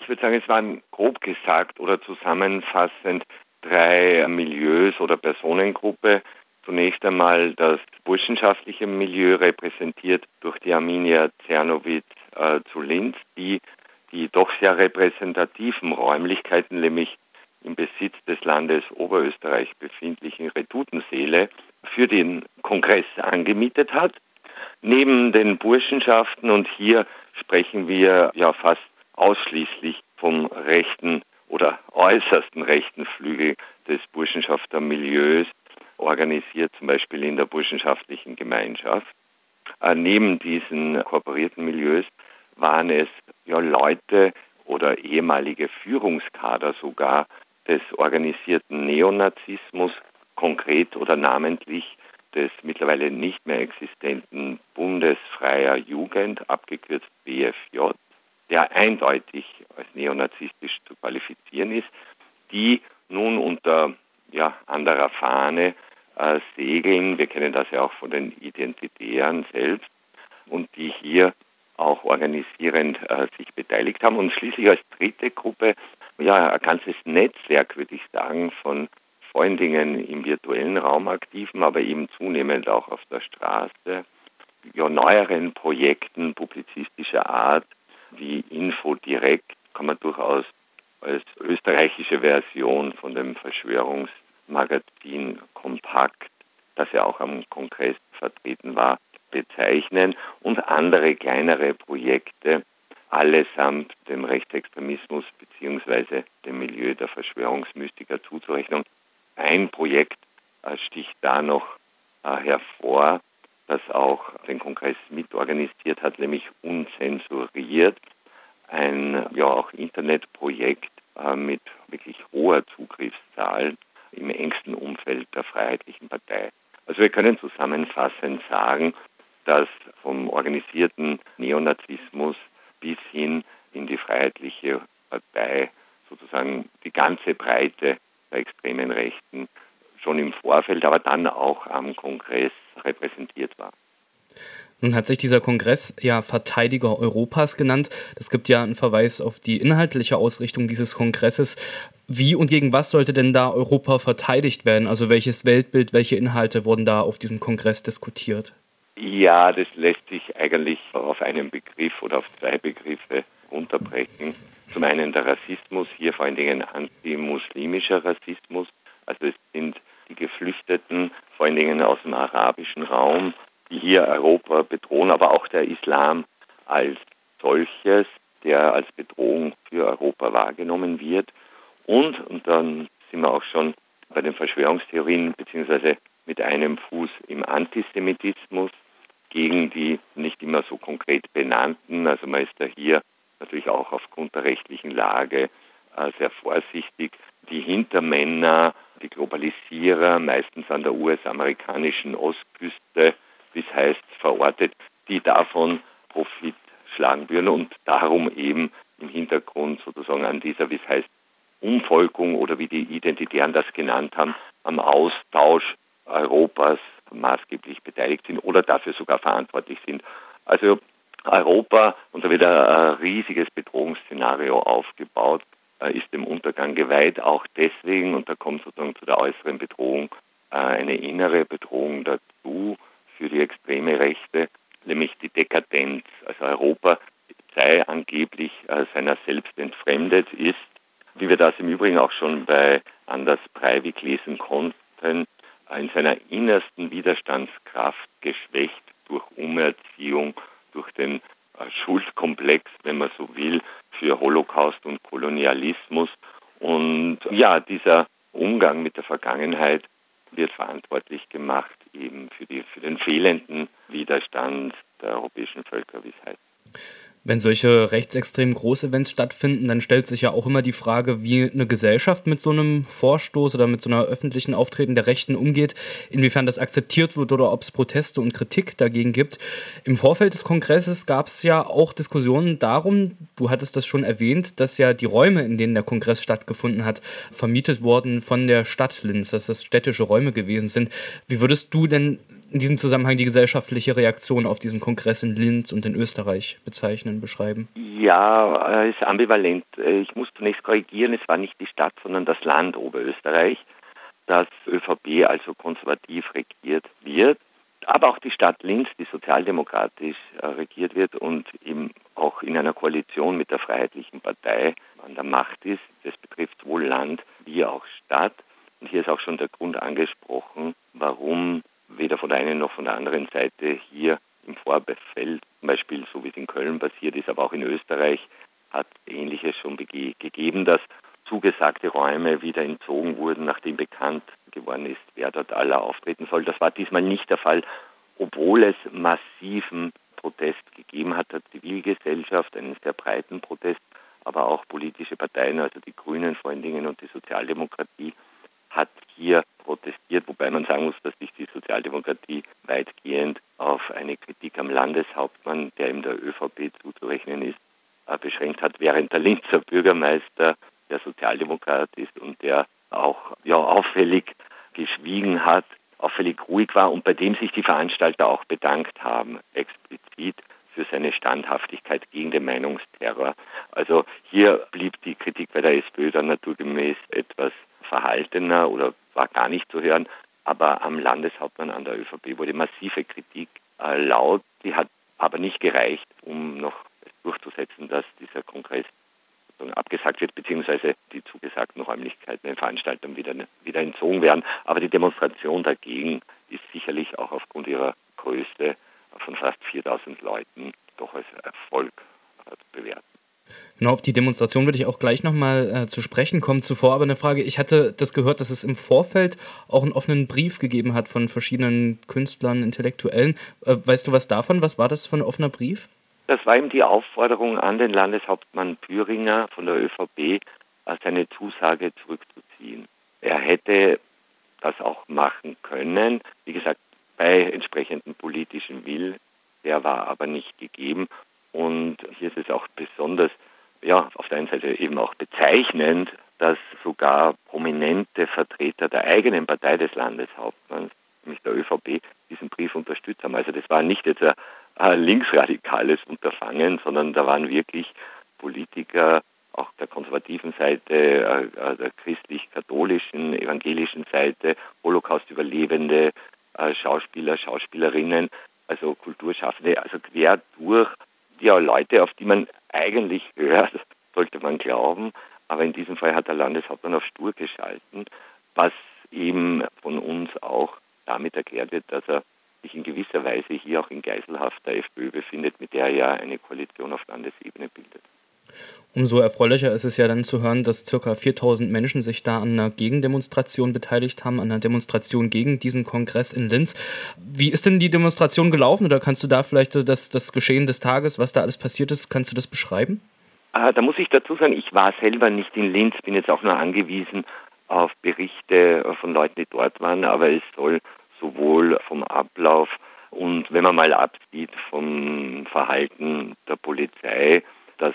Ich würde sagen, es waren grob gesagt oder zusammenfassend 3 Milieus oder Personengruppe. Zunächst einmal das burschenschaftliche Milieu, repräsentiert durch die Arminia Czernowitz zu Linz, die doch sehr repräsentativen Räumlichkeiten, nämlich im Besitz des Landes Oberösterreich befindlichen Retutensäle, für den Kongress angemietet hat. Neben den Burschenschaften, und hier sprechen wir ja fast ausschließlich vom rechten oder äußersten rechten Flügel des Burschenschaftermilieus, organisiert zum Beispiel in der burschenschaftlichen Gemeinschaft. Neben diesen kooperierten Milieus waren es ja Leute oder ehemalige Führungskader sogar des organisierten Neonazismus, konkret oder namentlich des mittlerweile nicht mehr existenten Bundes Freier Jugend, abgekürzt BFJ, der eindeutig als neonazistisch zu qualifizieren ist, die nun unter anderer Fahne segeln. Wir kennen das ja auch von den Identitären selbst, und die hier auch organisierend sich beteiligt haben. Und schließlich als dritte Gruppe ein ganzes Netzwerk, würde ich sagen, von vor allen Dingen im virtuellen Raum aktiven, aber eben zunehmend auch auf der Straße, neueren Projekten publizistischer Art wie Infodirekt, kann man durchaus als österreichische Version von dem Verschwörungsmagazin Kompakt, das ja auch am Kongress vertreten war, bezeichnen, und andere kleinere Projekte, allesamt dem Rechtsextremismus bzw. dem Milieu der Verschwörungsmystiker zuzurechnen. Ein Projekt sticht da noch hervor, das auch den Kongress mitorganisiert hat, nämlich Unzensuriert, ein auch Internetprojekt mit wirklich hoher Zugriffszahl im engsten Umfeld der Freiheitlichen Partei. Also wir können zusammenfassend sagen, dass vom organisierten Neonazismus bis hin in die Freiheitliche Partei sozusagen die ganze Breite der extremen Rechten schon im Vorfeld, aber dann auch am Kongress repräsentiert war. Nun hat sich dieser Kongress ja Verteidiger Europas genannt. Das gibt ja einen Verweis auf die inhaltliche Ausrichtung dieses Kongresses. Wie und gegen was sollte denn da Europa verteidigt werden? Also welches Weltbild, welche Inhalte wurden da auf diesem Kongress diskutiert? Ja, das lässt sich eigentlich auf einen Begriff oder auf 2 Begriffe runterbrechen. Zum einen der Rassismus, hier vor allen Dingen antimuslimischer Rassismus. Also es sind die Geflüchteten, vor allen Dingen aus dem arabischen Raum, die hier Europa bedrohen, aber auch der Islam als solches, der als Bedrohung für Europa wahrgenommen wird. Und dann sind wir auch schon bei den Verschwörungstheorien, beziehungsweise mit einem Fuß im Antisemitismus gegen die nicht immer so konkret benannten. Also man ist da hier natürlich auch aufgrund der rechtlichen Lage sehr vorsichtig. Die Hintermänner, die Globalisierer, meistens an der US-amerikanischen Ostküste, wie es heißt, verortet, die davon Profit schlagen würden und darum eben im Hintergrund sozusagen an dieser, wie es heißt, Umvolkung oder wie die Identitären das genannt haben, am Austausch Europas maßgeblich beteiligt sind oder dafür sogar verantwortlich sind. Also Europa, und da wird ein riesiges Bedrohungsszenario aufgebaut, ist dem Untergang geweiht, auch deswegen, und da kommt sozusagen zu der äußeren Bedrohung eine innere Bedrohung dazu für die extreme Rechte, nämlich die Dekadenz. Also Europa sei angeblich seiner selbst entfremdet, ist, wie wir das im Übrigen auch schon bei Anders Breivik lesen konnten, in seiner innersten Widerstandskraft geschwächt durch Umerziehung, durch den Schuldkomplex, wenn man so will, für Holocaust und Kolonialismus. Und ja, dieser Umgang mit der Vergangenheit wird verantwortlich gemacht eben für den fehlenden Widerstand der europäischen Völker, wie es heißt. Wenn solche rechtsextrem Großevents stattfinden, dann stellt sich ja auch immer die Frage, wie eine Gesellschaft mit so einem Vorstoß oder mit so einer öffentlichen Auftreten der Rechten umgeht, inwiefern das akzeptiert wird oder ob es Proteste und Kritik dagegen gibt. Im Vorfeld des Kongresses gab es ja auch Diskussionen darum, du hattest das schon erwähnt, dass ja die Räume, in denen der Kongress stattgefunden hat, vermietet wurden von der Stadt Linz, dass das städtische Räume gewesen sind. Wie würdest du denn in diesem Zusammenhang die gesellschaftliche Reaktion auf diesen Kongress in Linz und in Österreich beschreiben? Ja, ist ambivalent. Ich muss zunächst korrigieren, es war nicht die Stadt, sondern das Land Oberösterreich, das ÖVP, also konservativ regiert wird. Aber auch die Stadt Linz, die sozialdemokratisch regiert wird und eben auch in einer Koalition mit der Freiheitlichen Partei an der Macht ist. Das betrifft sowohl Land wie auch Stadt. Und hier ist auch schon der Grund angesprochen, warum weder von der einen noch von der anderen Seite hier im Vorfeld, zum Beispiel so wie es in Köln passiert ist, aber auch in Österreich, hat Ähnliches schon gegeben, dass zugesagte Räume wieder entzogen wurden, nachdem bekannt geworden ist, wer dort aller auftreten soll. Das war diesmal nicht der Fall, obwohl es massiven Protest gegeben hat, der Zivilgesellschaft, einen sehr breiten Protest, aber auch politische Parteien, also die Grünen vor allen Dingen und die Sozialdemokratie, hat hier protestiert, wobei man sagen muss, dass sich die Sozialdemokratie weitgehend auf eine Kritik am Landeshauptmann, der ihm der ÖVP zuzurechnen ist, beschränkt hat, während der Linzer Bürgermeister der Sozialdemokrat ist und der auch auffällig geschwiegen hat, auffällig ruhig war und bei dem sich die Veranstalter auch bedankt haben, explizit für seine Standhaftigkeit gegen den Meinungsterror. Also hier blieb die Kritik bei der SPÖ dann naturgemäß etwas verhaltener oder war gar nicht zu hören, aber am Landeshauptmann, an der ÖVP wurde massive Kritik laut. Die hat aber nicht gereicht, um noch durchzusetzen, dass dieser Kongress abgesagt wird, beziehungsweise die zugesagten Räumlichkeiten den Veranstaltern wieder entzogen werden. Aber die Demonstration dagegen ist sicherlich auch aufgrund ihrer Größe von fast 4.000 Leuten doch als Erfolg zu bewerten. Genau, auf die Demonstration würde ich auch gleich nochmal zu sprechen kommen. Zuvor aber eine Frage. Ich hatte das gehört, dass es im Vorfeld auch einen offenen Brief gegeben hat von verschiedenen Künstlern, Intellektuellen. Weißt du was davon? Was war das für ein offener Brief? Das war eben die Aufforderung an den Landeshauptmann Thüringer von der ÖVP, seine Zusage zurückzuziehen. Er hätte das auch machen können, wie gesagt, bei entsprechendem politischen Willen. Der war aber nicht gegeben. Und hier ist es auch besonders, auf der einen Seite eben auch bezeichnend, dass sogar prominente Vertreter der eigenen Partei des Landeshauptmanns, nämlich der ÖVP, diesen Brief unterstützt haben. Also das war nicht jetzt ein linksradikales Unterfangen, sondern da waren wirklich Politiker, auch der konservativen Seite, der christlich-katholischen, evangelischen Seite, Holocaust-Überlebende, Schauspieler, Schauspielerinnen, also Kulturschaffende, also quer durch, Leute, auf die man eigentlich hört, sollte man glauben, aber in diesem Fall hat der Landeshauptmann auf stur geschalten, was eben von uns auch damit erklärt wird, dass er sich in gewisser Weise hier auch in Geiselhaft der FPÖ befindet, mit der er ja eine Koalition auf Landesebene bildet. Umso erfreulicher ist es ja dann zu hören, dass ca. 4.000 Menschen sich da an einer Gegendemonstration beteiligt haben, an einer Demonstration gegen diesen Kongress in Linz. Wie ist denn die Demonstration gelaufen? Oder kannst du da vielleicht das Geschehen des Tages, was da alles passiert ist, kannst du das beschreiben? Da muss ich dazu sagen, ich war selber nicht in Linz, bin jetzt auch nur angewiesen auf Berichte von Leuten, die dort waren, aber es soll sowohl vom Ablauf und wenn man mal absieht vom Verhalten der Polizei, das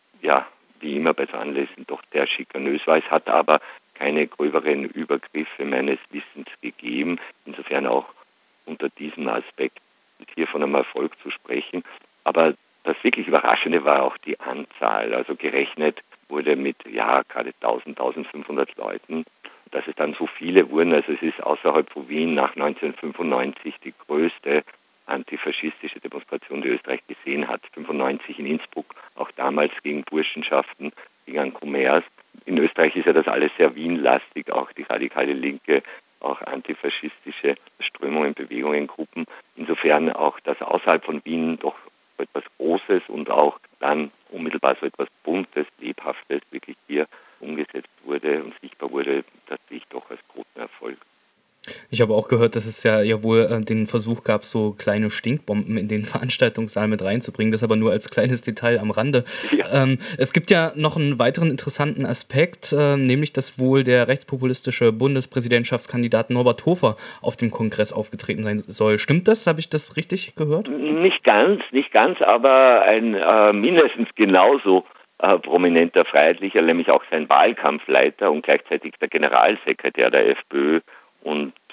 wie immer bei so Anlässen doch sehr schikanös war. Es hat aber keine gröberen Übergriffe meines Wissens gegeben. Insofern auch unter diesem Aspekt hier von einem Erfolg zu sprechen. Aber das wirklich Überraschende war auch die Anzahl. Also gerechnet wurde mit gerade 1.500 Leuten. Dass es dann so viele wurden, also es ist außerhalb von Wien nach 1995 die größte antifaschistische Demonstration, die Österreich gesehen hat. 1995 in Innsbruck, auch damals gegen Burschenschaften, gegen einen Kommerz. In Österreich ist ja das alles sehr Wien-lastig, auch die radikale Linke, auch antifaschistische Strömungen, Bewegungen, Gruppen. Insofern auch, dass außerhalb von Wien doch so etwas Großes und auch dann unmittelbar so etwas Buntes, Lebhaftes wirklich hier umgesetzt wurde und sichtbar wurde, das sehe ich doch als großen Erfolg. Ich habe auch gehört, dass es ja wohl den Versuch gab, so kleine Stinkbomben in den Veranstaltungssaal mit reinzubringen. Das aber nur als kleines Detail am Rande. Ja. Es gibt ja noch einen weiteren interessanten Aspekt, nämlich, dass wohl der rechtspopulistische Bundespräsidentschaftskandidat Norbert Hofer auf dem Kongress aufgetreten sein soll. Stimmt das? Habe ich das richtig gehört? Nicht ganz, aber ein mindestens genauso prominenter Freiheitlicher, nämlich auch sein Wahlkampfleiter und gleichzeitig der Generalsekretär der FPÖ und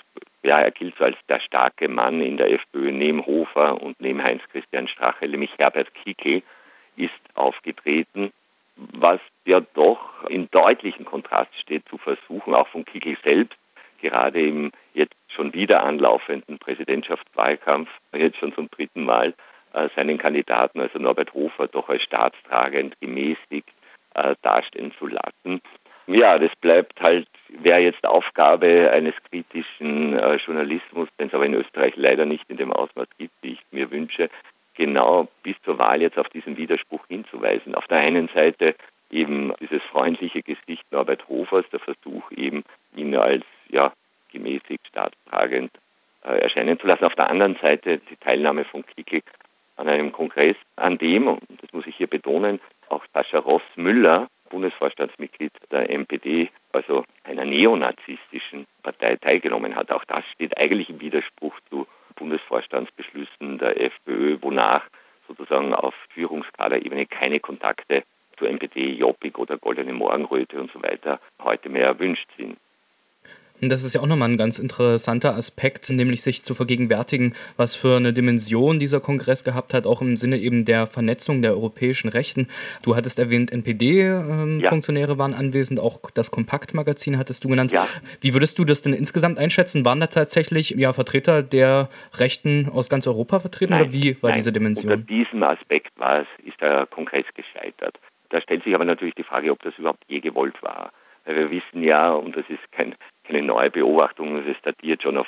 ja, er gilt so als der starke Mann in der FPÖ neben Hofer und neben Heinz-Christian Strache, nämlich Herbert Kickl ist aufgetreten, was ja doch in deutlichem Kontrast steht zu Versuchen, auch von Kickl selbst, gerade im jetzt schon wieder anlaufenden Präsidentschaftswahlkampf, jetzt schon zum 3. Mal, seinen Kandidaten, also Norbert Hofer, doch als staatstragend, gemäßigt dastehen zu lassen. Ja, das bleibt halt, wäre jetzt Aufgabe eines kritischen Journalismus, den es aber in Österreich leider nicht in dem Ausmaß gibt, wie ich mir wünsche, genau bis zur Wahl jetzt auf diesen Widerspruch hinzuweisen. Auf der einen Seite eben dieses freundliche Gesicht Norbert Hofers, der Versuch eben, ihn als gemäßigt staatstragend erscheinen zu lassen. Auf der anderen Seite die Teilnahme von Kickl an einem Kongress, an dem, und das muss ich hier betonen, auch Sascha Ross-Müller, Bundesvorstandsmitglied der NPD, also einer neonazistischen Partei, teilgenommen hat. Auch das steht eigentlich im Widerspruch zu Bundesvorstandsbeschlüssen der FPÖ, wonach sozusagen auf Führungskaderebene keine Kontakte zur NPD, Jobbik oder Goldene Morgenröte und so weiter heute mehr erwünscht sind. Das ist ja auch nochmal ein ganz interessanter Aspekt, nämlich sich zu vergegenwärtigen, was für eine Dimension dieser Kongress gehabt hat, auch im Sinne eben der Vernetzung der europäischen Rechten. Du hattest erwähnt, NPD-Funktionäre waren anwesend, auch das Kompakt-Magazin hattest du genannt. Ja. Wie würdest du das denn insgesamt einschätzen? Waren da tatsächlich Vertreter der Rechten aus ganz Europa vertreten, oder wie war diese Dimension? Unter diesem Aspekt ist der Kongress gescheitert. Da stellt sich aber natürlich die Frage, ob das überhaupt je gewollt war. Weil wir wissen ja, und das ist keine neue Beobachtung, es datiert schon auf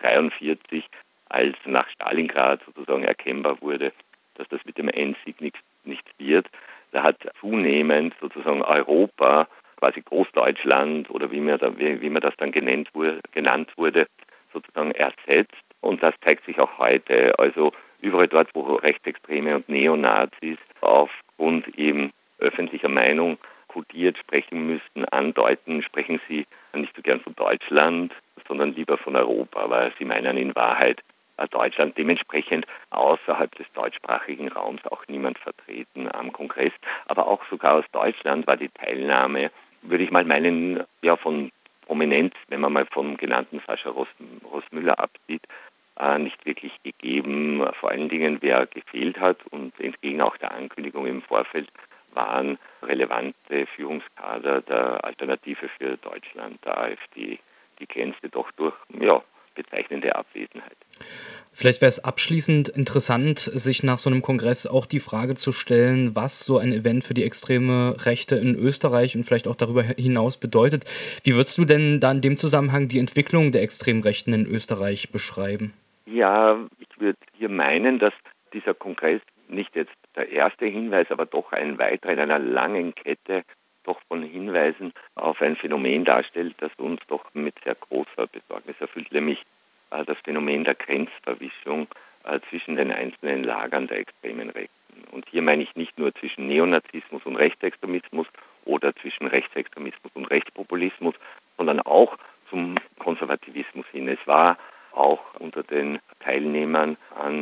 1943, als nach Stalingrad sozusagen erkennbar wurde, dass das mit dem Endsieg nichts wird. Da hat zunehmend sozusagen Europa, quasi Großdeutschland oder wie man das dann genannt wurde, sozusagen ersetzt. Und das zeigt sich auch heute. Also überall dort, wo Rechtsextreme und Neonazis aufgrund eben öffentlicher Meinung kodiert sprechen müssten, andeuten, sprechen sie nicht so gern von Deutschland, sondern lieber von Europa, weil sie meinen in Wahrheit Deutschland, dementsprechend außerhalb des deutschsprachigen Raums auch niemand vertreten am Kongress. Aber auch sogar aus Deutschland war die Teilnahme, würde ich mal meinen, von Prominenz, wenn man mal vom genannten Sascha Ross-Müller absieht, nicht wirklich gegeben. Vor allen Dingen, wer gefehlt hat und entgegen auch der Ankündigung im Vorfeld, waren relevante Führungskader der Alternative für Deutschland, der AfD. Die glänzte doch durch bezeichnende Abwesenheit. Vielleicht wäre es abschließend interessant, sich nach so einem Kongress auch die Frage zu stellen, was so ein Event für die extreme Rechte in Österreich und vielleicht auch darüber hinaus bedeutet. Wie würdest du denn da in dem Zusammenhang die Entwicklung der extremen Rechten in Österreich beschreiben? Ja, ich würde hier meinen, dass dieser Kongress nicht jetzt der erste Hinweis, aber doch ein weiterer in einer langen Kette doch von Hinweisen auf ein Phänomen darstellt, das uns doch mit sehr großer Besorgnis erfüllt, nämlich das Phänomen der Grenzverwischung zwischen den einzelnen Lagern der extremen Rechten. Und hier meine ich nicht nur zwischen Neonazismus und Rechtsextremismus oder zwischen Rechtsextremismus und Rechtspopulismus, sondern auch zum Konservativismus hin. Es war auch unter den Teilnehmern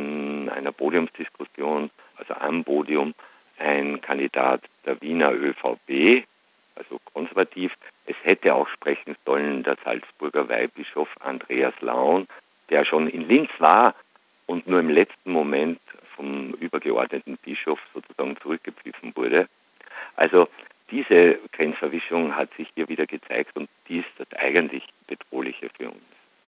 an einer Podiumsdiskussion, also am Podium, ein Kandidat der Wiener ÖVP, also konservativ. Es hätte auch sprechen sollen der Salzburger Weihbischof Andreas Laun, der schon in Linz war und nur im letzten Moment vom übergeordneten Bischof sozusagen zurückgepfiffen wurde. Also diese Grenzverwischung hat sich hier wieder gezeigt und die ist das eigentlich Bedrohliche für uns.